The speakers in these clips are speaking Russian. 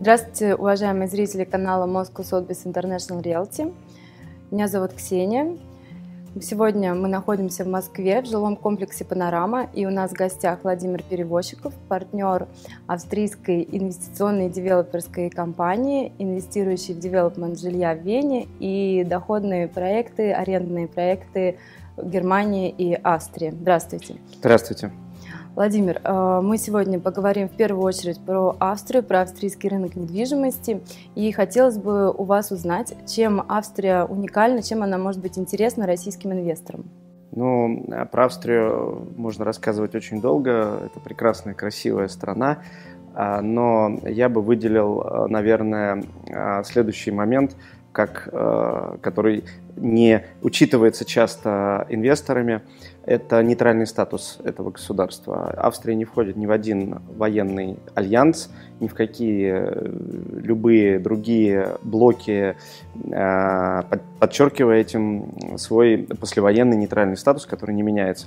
Здравствуйте, уважаемые зрители канала Moscow Sotheby's International Realty. Меня зовут Ксения. Сегодня мы находимся в Москве, в жилом комплексе «Панорама», и у нас в гостях Владимир Перевозчиков, партнер австрийской инвестиционной девелоперской компании, инвестирующей в девелопмент жилья в Вене и доходные проекты, арендные проекты в Германии и Австрии. Здравствуйте. Здравствуйте. Владимир, мы сегодня поговорим в первую очередь про Австрию, про австрийский рынок недвижимости. И хотелось бы у вас узнать, чем Австрия уникальна, чем она может быть интересна российским инвесторам. Про Австрию можно рассказывать очень долго. Это прекрасная, красивая страна. Но я бы выделил, наверное, следующий момент, который не учитывается часто инвесторами. Это нейтральный статус этого государства. Австрия не входит ни в один военный альянс, ни в какие любые другие блоки, подчеркивая этим свой послевоенный нейтральный статус, который не меняется.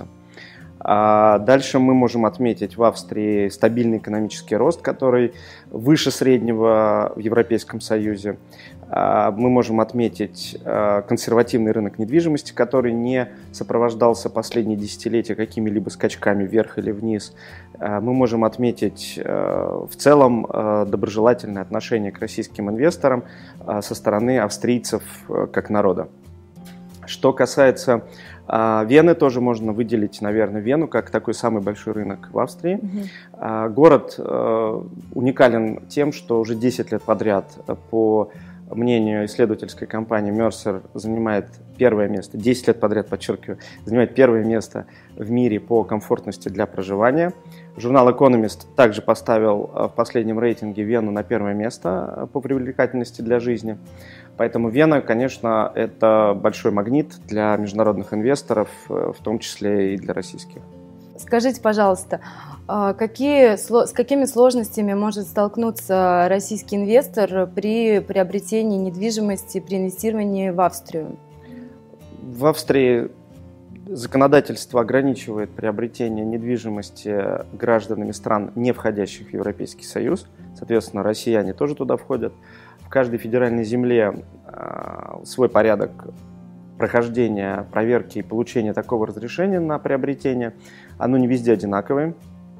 Дальше мы можем отметить в Австрии стабильный экономический рост, который выше среднего в Европейском Союзе. Мы можем отметить консервативный рынок недвижимости, который не сопровождался последние десятилетия какими-либо скачками вверх или вниз. Мы можем отметить в целом доброжелательное отношение к российским инвесторам со стороны австрийцев как народа. Что касается Вены, тоже можно выделить, наверное, Вену как такой самый большой рынок в Австрии. Город уникален тем, что уже 10 лет подряд, по мнению исследовательской компании Mercer, занимает первое место, 10 лет подряд, подчеркиваю, занимает первое место в мире по комфортности для проживания. Журнал Economist также поставил в последнем рейтинге Вену на первое место по привлекательности для жизни. Поэтому Вена, конечно, это большой магнит для международных инвесторов, в том числе и для российских. Скажите, пожалуйста, с какими сложностями может столкнуться российский инвестор при приобретении недвижимости, при инвестировании в Австрию? В Австрии законодательство ограничивает приобретение недвижимости гражданами стран, не входящих в Европейский Союз. Соответственно, россияне тоже туда входят. В каждой федеральной земле свой порядок прохождения, проверки и получения такого разрешения на приобретение. Оно не везде одинаковое.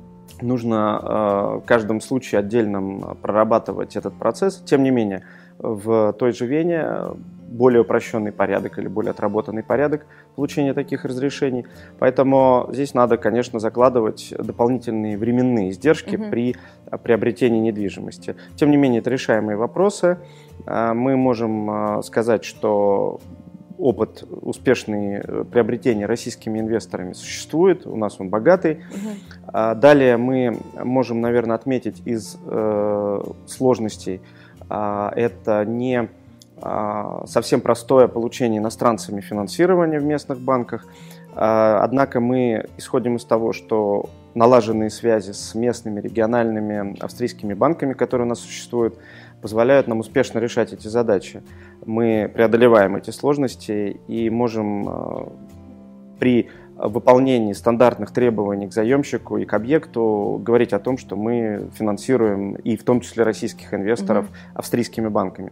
Нужно в каждом случае отдельно прорабатывать этот процесс. Тем не менее, в той же Вене более упрощенный порядок или более отработанный порядок получения таких разрешений. Поэтому здесь надо, конечно, закладывать дополнительные временные издержки при приобретении недвижимости. Тем не менее, это решаемые вопросы. Мы можем сказать, что опыт успешного приобретения российскими инвесторами существует, у нас он богатый. Далее мы можем, наверное, отметить из сложностей, это не совсем простое получение иностранцами финансирования в местных банках. Однако мы исходим из того, что налаженные связи с местными региональными австрийскими банками, которые у нас существуют, позволяют нам успешно решать эти задачи. Мы преодолеваем эти сложности и можем при выполнении стандартных требований к заемщику и к объекту говорить о том, что мы финансируем и в том числе российских инвесторов австрийскими банками.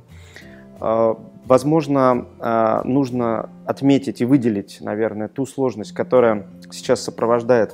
Возможно, нужно отметить и выделить, наверное, ту сложность, которая сейчас сопровождает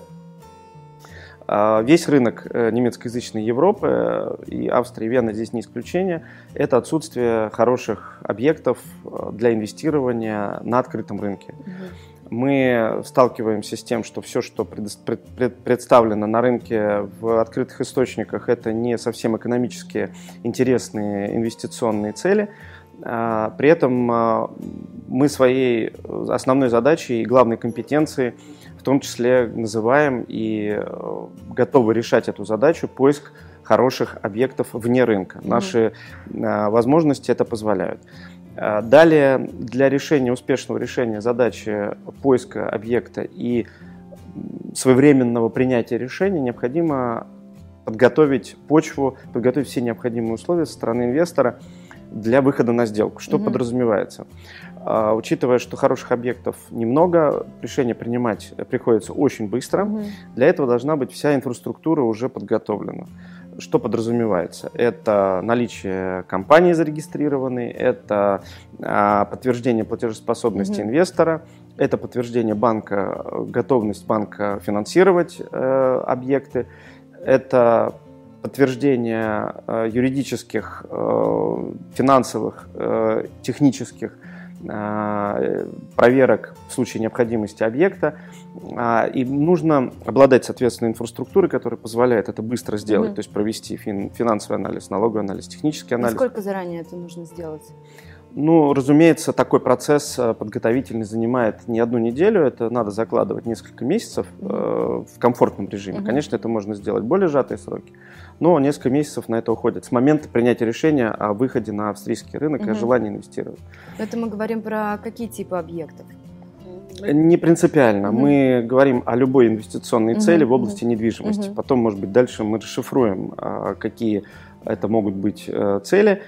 весь рынок немецкоязычной Европы, и Австрия, и Вена здесь не исключение. Это отсутствие хороших объектов для инвестирования на открытом рынке. Мы сталкиваемся с тем, что все, что представлено на рынке в открытых источниках, это не совсем экономически интересные инвестиционные цели. При этом мы своей основной задачей и главной компетенцией в том числе называем и готовы решать эту задачу поиск хороших объектов вне рынка. Наши возможности это позволяют. Далее, для успешного решения задачи поиска объекта и своевременного принятия решения необходимо подготовить почву, подготовить все необходимые условия со стороны инвестора для выхода на сделку. Что подразумевается? Учитывая, что хороших объектов немного, решение принимать приходится очень быстро. Для этого должна быть вся инфраструктура уже подготовлена. что подразумевается? Это наличие компании зарегистрированной, это подтверждение платежеспособности инвестора, это подтверждение банка, готовность банка финансировать объекты, это подтверждение юридических, финансовых, технических проверок в случае необходимости объекта. И нужно обладать, соответственно, инфраструктурой, которая позволяет это быстро сделать, то есть провести финансовый анализ, налоговый анализ, технический анализ. Сколько заранее это нужно сделать? Ну, разумеется, такой процесс подготовительный занимает не одну неделю, это надо закладывать несколько месяцев в комфортном режиме. Конечно, это можно сделать более сжатые сроки, но несколько месяцев на это уходит с момента принятия решения о выходе на австрийский рынок и о желании инвестировать. Это мы говорим про какие типы объектов? Не принципиально. Мы говорим о любой инвестиционной цели в области недвижимости. Потом, может быть, дальше мы расшифруем, какие это могут быть цели.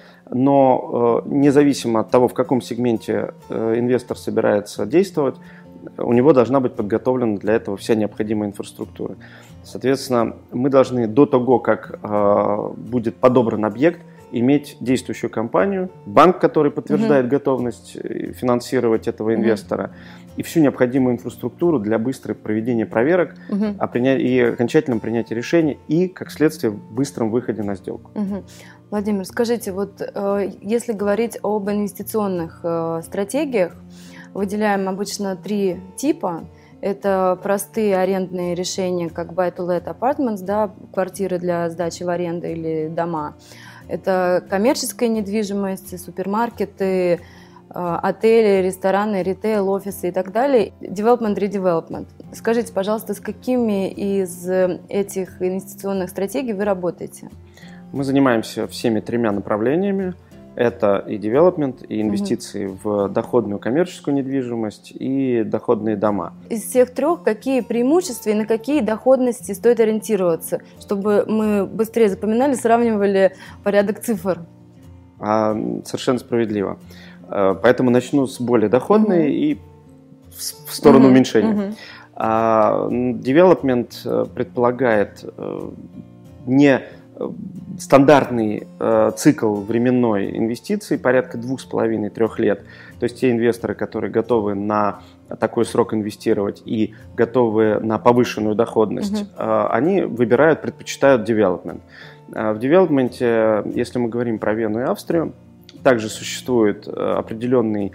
Но независимо от того, в каком сегменте инвестор собирается действовать, у него должна быть подготовлена для этого вся необходимая инфраструктура. Соответственно, мы должны до того, как будет подобран объект, иметь действующую компанию, банк, который подтверждает готовность финансировать этого инвестора, и всю необходимую инфраструктуру для быстрого проведения проверок и окончательном принятии решений и, как следствие, быстром выходе на сделку. Владимир, скажите, вот если говорить об инвестиционных стратегиях, выделяем обычно 3 типа. Это простые арендные решения, как buy-to-let apartments, да, квартиры для сдачи в аренду или дома. Это коммерческая недвижимость, супермаркеты, отели, рестораны, ритейл, офисы и так далее. Development, redevelopment. Скажите, пожалуйста, с какими из этих инвестиционных стратегий вы работаете? Мы занимаемся всеми 3 направлениями. Это и development, и инвестиции в доходную коммерческую недвижимость, и доходные дома. Из всех 3 какие преимущества и на какие доходности стоит ориентироваться, чтобы мы быстрее запоминали, сравнивали порядок цифр? Совершенно справедливо. Поэтому начну с более доходной и в сторону уменьшения. Development предполагает не стандартный цикл временной инвестиций, порядка 2,5-3 лет. То есть те инвесторы, которые готовы на такой срок инвестировать и готовы на повышенную доходность, они предпочитают development. В девелопменте, если мы говорим про Вену и Австрию, также существуют определенные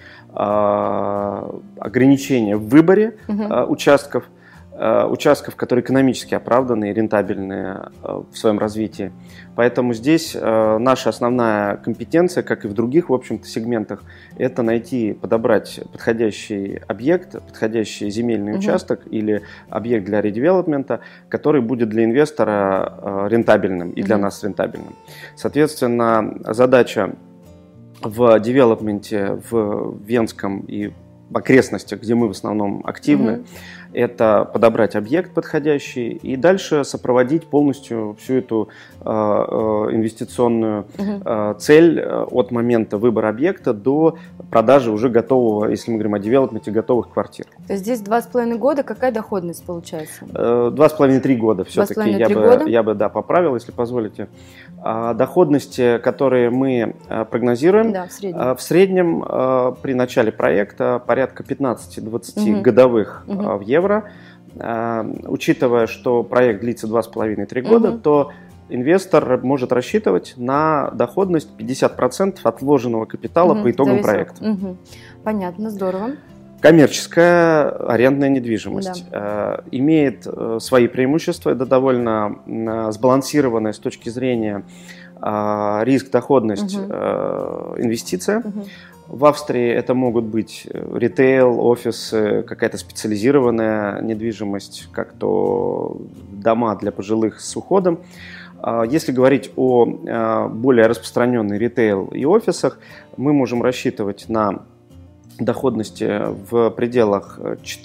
ограничения в выборе участков, которые экономически оправданы и рентабельны в своем развитии. Поэтому здесь наша основная компетенция, как и в других, в общем-то, сегментах, это подобрать подходящий объект, подходящий земельный участок или объект для редевелопмента, который будет для инвестора рентабельным и для нас рентабельным. Соответственно, задача в девелопменте в Венском и в окрестностях, где мы в основном активны, это подобрать объект подходящий и дальше сопроводить полностью всю эту инвестиционную цель от момента выбора объекта до продажи уже готового, если мы говорим о девелопменте, готовых квартир. То есть здесь 2,5 года, какая доходность получается? 2,5-3 года все-таки, я бы поправил, если позволите. Доходности, которые мы прогнозируем, в среднем при начале проекта порядка 15-20 годовых в евро. Учитывая, что проект длится 2,5-3 года, то инвестор может рассчитывать на доходность 50% от вложенного капитала по итогам проекта. Понятно, здорово. Коммерческая арендная недвижимость имеет свои преимущества. Это довольно сбалансированная с точки зрения риск-доходность инвестиция. В Австрии это могут быть ритейл, офисы, какая-то специализированная недвижимость, как то дома для пожилых с уходом. Если говорить о более распространенной ритейл и офисах, мы можем рассчитывать на доходности в пределах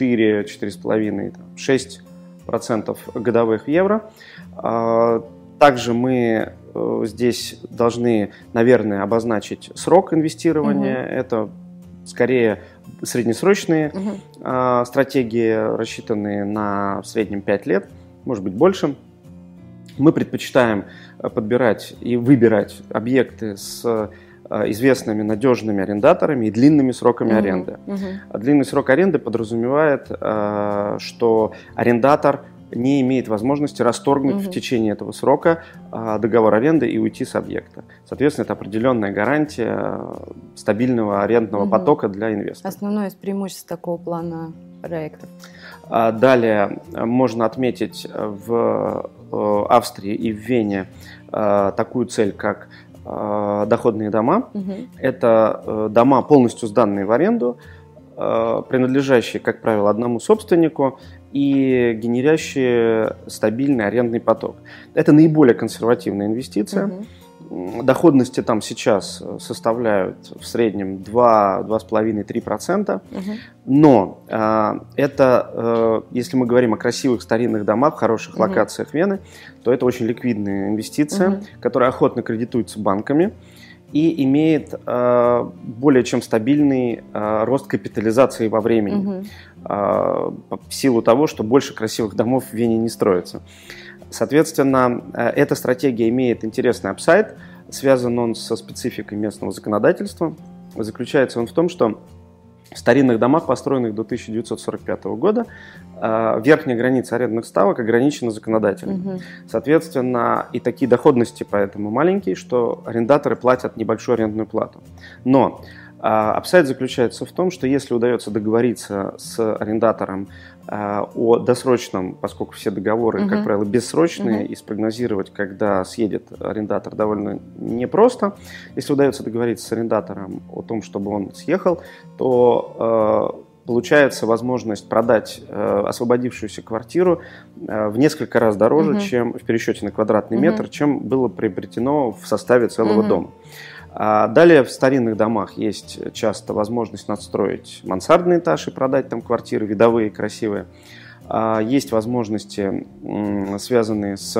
4-4,5-6% годовых в евро. Также мы здесь должны, наверное, обозначить срок инвестирования. Это скорее среднесрочные стратегии, рассчитанные на в среднем 5 лет, может быть больше. Мы предпочитаем подбирать и выбирать объекты с известными надежными арендаторами и длинными сроками аренды. Длинный срок аренды подразумевает, что арендатор не имеет возможности расторгнуть в течение этого срока договор аренды и уйти с объекта. Соответственно, это определенная гарантия стабильного арендного потока для инвестора. Основное из преимуществ такого плана проектов. Далее можно отметить в Австрии и в Вене такую цель, как доходные дома. Это дома, полностью сданные в аренду, принадлежащие, как правило, одному собственнику и генерящие стабильный арендный поток. Это наиболее консервативная инвестиция. Доходности там сейчас составляют в среднем 2-2,5-3%. Но это, если мы говорим о красивых старинных домах, хороших локациях Вены, то это очень ликвидная инвестиция, которая охотно кредитуется банками и имеет более чем стабильный рост капитализации во времени, в силу того, что больше красивых домов в Вене не строится. Соответственно, эта стратегия имеет интересный апсайд, связан он со спецификой местного законодательства. Заключается он в том, что в старинных домах, построенных до 1945 года, верхняя граница арендных ставок ограничена законодателем. Соответственно, и такие доходности поэтому маленькие, что арендаторы платят небольшую арендную плату. Но апсайд заключается в том, что если удается договориться с арендатором о досрочном, поскольку все договоры, как правило, бессрочные, и спрогнозировать, когда съедет арендатор, довольно непросто. Если удается договориться с арендатором о том, чтобы он съехал, то получается возможность продать освободившуюся квартиру в несколько раз дороже, чем в пересчете на квадратный метр, чем было приобретено в составе целого дома. Далее в старинных домах есть часто возможность надстроить мансардный этаж и продать там квартиры видовые, красивые. Есть возможности, связанные с,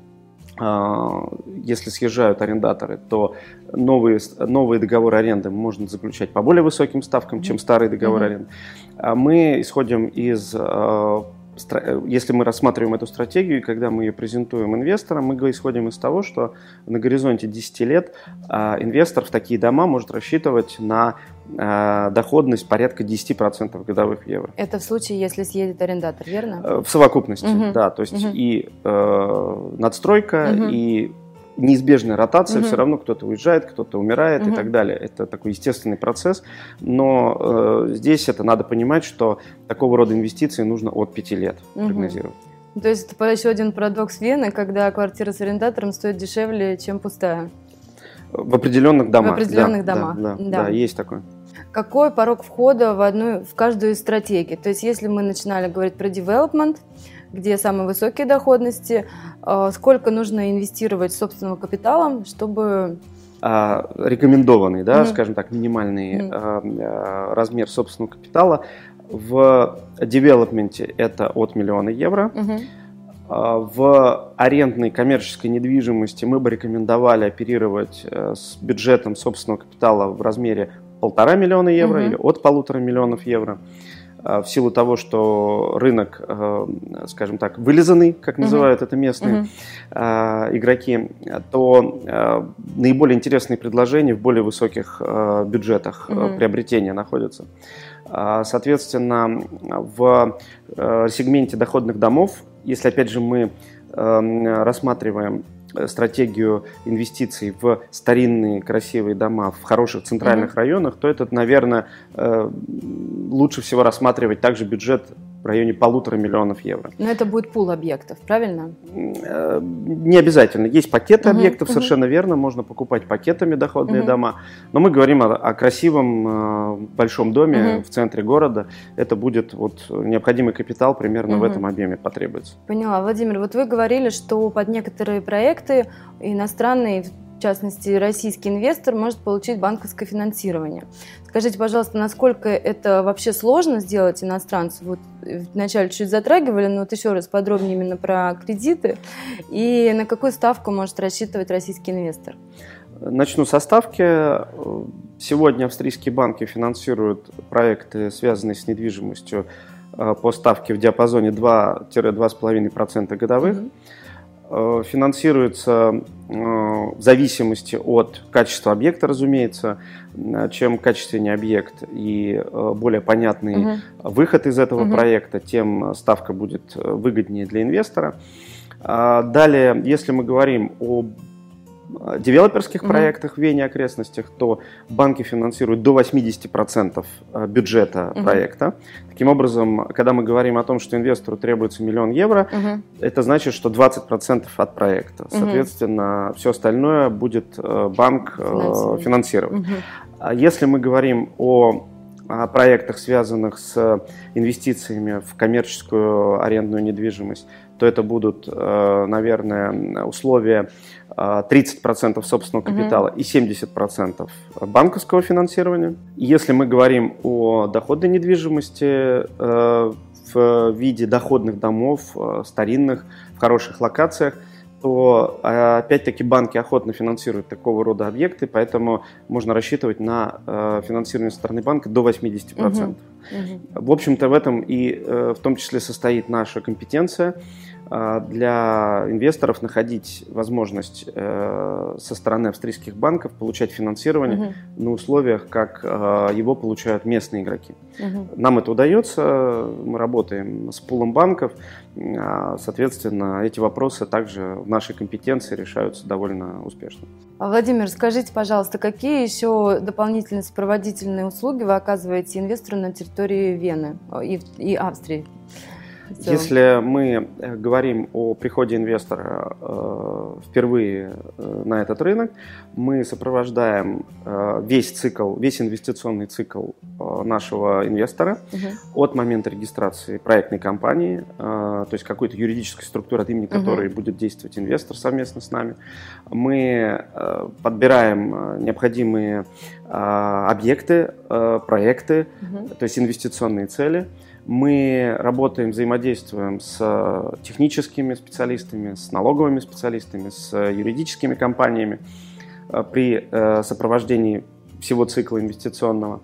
если съезжают арендаторы, то новые договоры аренды можно заключать по более высоким ставкам, чем старые договоры аренды. Мы исходим из... Если мы рассматриваем эту стратегию, и когда мы ее презентуем инвесторам, мы исходим из того, что на горизонте 10 лет инвестор в такие дома может рассчитывать на доходность порядка 10% годовых в евро. Это в случае, если съедет арендатор, верно? В совокупности, да. То есть и надстройка, и неизбежная ротация, все равно кто-то уезжает, кто-то умирает и так далее. Это такой естественный процесс, но здесь это надо понимать, что такого рода инвестиции нужно от 5 лет прогнозировать. То есть это еще один парадокс Вены, когда квартира с арендатором стоит дешевле, чем пустая. В определенных домах. В определенных домах. Да, есть такое. Какой порог входа в каждую из стратегий? То есть если мы начинали говорить про development, где самые высокие доходности, сколько нужно инвестировать собственного капитала, чтобы... Рекомендованный, да, скажем так, минимальный размер собственного капитала в девелопменте это от 1 миллиона евро. В арендной коммерческой недвижимости мы бы рекомендовали оперировать с бюджетом собственного капитала в размере 1,5 миллиона евро или от 1,5 миллионов евро. В силу того, что рынок, скажем так, вылизанный, как называют это местные игроки, то наиболее интересные предложения в более высоких бюджетах приобретения находятся. Соответственно, в сегменте доходных домов, если опять же мы рассматриваем стратегию инвестиций в старинные красивые дома в хороших центральных районах, то это, наверное, лучше всего рассматривать также бюджет в районе 1,5 миллионов евро. Но это будет пул объектов, правильно? Не обязательно. Есть пакеты объектов, совершенно верно. Можно покупать пакетами доходные дома. Но мы говорим о красивом большом доме в центре города. Это будет необходимый капитал примерно в этом объеме потребуется. Поняла. Владимир, вот вы говорили, что под некоторые проекты иностранные, в частности, российский инвестор может получить банковское финансирование. Скажите, пожалуйста, насколько это вообще сложно сделать иностранцу? Вот вначале чуть затрагивали, но вот еще раз подробнее именно про кредиты. И на какую ставку может рассчитывать российский инвестор? Начну со ставки. Сегодня австрийские банки финансируют проекты, связанные с недвижимостью, по ставке в диапазоне 2-2,5% годовых. финансируется в зависимости от качества объекта, разумеется. Чем качественнее объект и более понятный выход из этого проекта, тем ставка будет выгоднее для инвестора. Далее, если мы говорим о девелоперских проектах в Вене и окрестностях, то банки финансируют до 80% бюджета проекта. Таким образом, когда мы говорим о том, что инвестору требуется 1 000 000 евро, это значит, что 20% от проекта. Соответственно, все остальное будет банк финансировать. Если мы говорим о проектах, связанных с инвестициями в коммерческую арендную недвижимость, то это будут, наверное, условия 30% собственного капитала и 70% банковского финансирования. Если мы говорим о доходной недвижимости в виде доходных домов, старинных, в хороших локациях, то, опять-таки, банки охотно финансируют такого рода объекты, поэтому можно рассчитывать на финансирование со стороны банка до 80%. В общем-то, в этом и в том числе состоит наша компетенция для инвесторов находить возможность со стороны австрийских банков получать финансирование на условиях, как его получают местные игроки. Нам это удается, мы работаем с пулом банков, соответственно, эти вопросы также в нашей компетенции решаются довольно успешно. Владимир, скажите, пожалуйста, какие еще дополнительные сопроводительные услуги вы оказываете инвестору на территории Вены и Австрии? Если мы говорим о приходе инвестора впервые на этот рынок, мы сопровождаем весь инвестиционный цикл нашего инвестора от момента регистрации проектной компании, то есть какой-то юридической структуры, от имени которой будет действовать инвестор совместно с нами. Мы подбираем необходимые объекты, проекты, то есть инвестиционные цели. Мы работаем, взаимодействуем с техническими специалистами, с налоговыми специалистами, с юридическими компаниями при сопровождении всего цикла инвестиционного.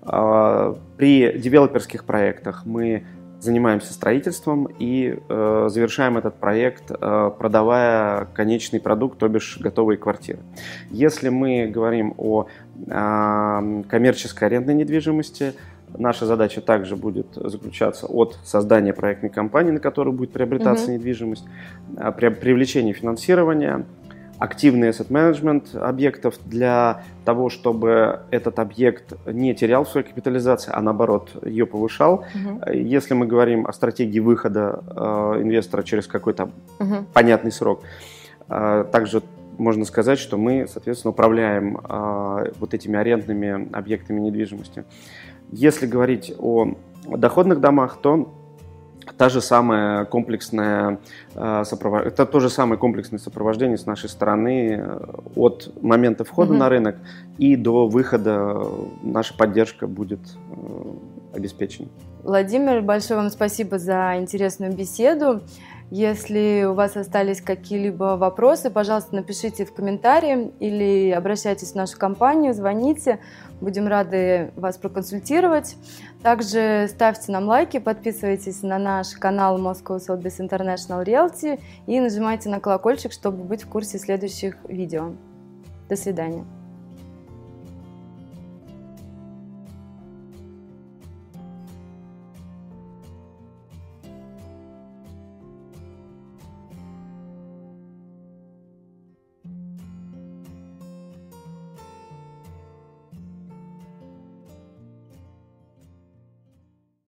При девелоперских проектах мы занимаемся строительством и завершаем этот проект, продавая конечный продукт, то бишь готовые квартиры. Если мы говорим о коммерческой арендной недвижимости, наша задача также будет заключаться от создания проектной компании, на которую будет приобретаться недвижимость, привлечения финансирования, активный asset-менеджмент объектов для того, чтобы этот объект не терял в своей капитализации, а наоборот ее повышал. Если мы говорим о стратегии выхода инвестора через какой-то понятный срок, также можно сказать, что мы, соответственно, управляем вот этими арендными объектами недвижимости. Если говорить о доходных домах, то то же самое комплексное сопровождение с нашей стороны от момента входа на рынок и до выхода. Наша поддержка будет обеспечена. Владимир, большое вам спасибо за интересную беседу. Если у вас остались какие-либо вопросы, пожалуйста, напишите в комментарии или обращайтесь в нашу компанию, звоните. Будем рады вас проконсультировать. Также ставьте нам лайки, подписывайтесь на наш канал Moscow Sotheby's International Realty и нажимайте на колокольчик, чтобы быть в курсе следующих видео. До свидания.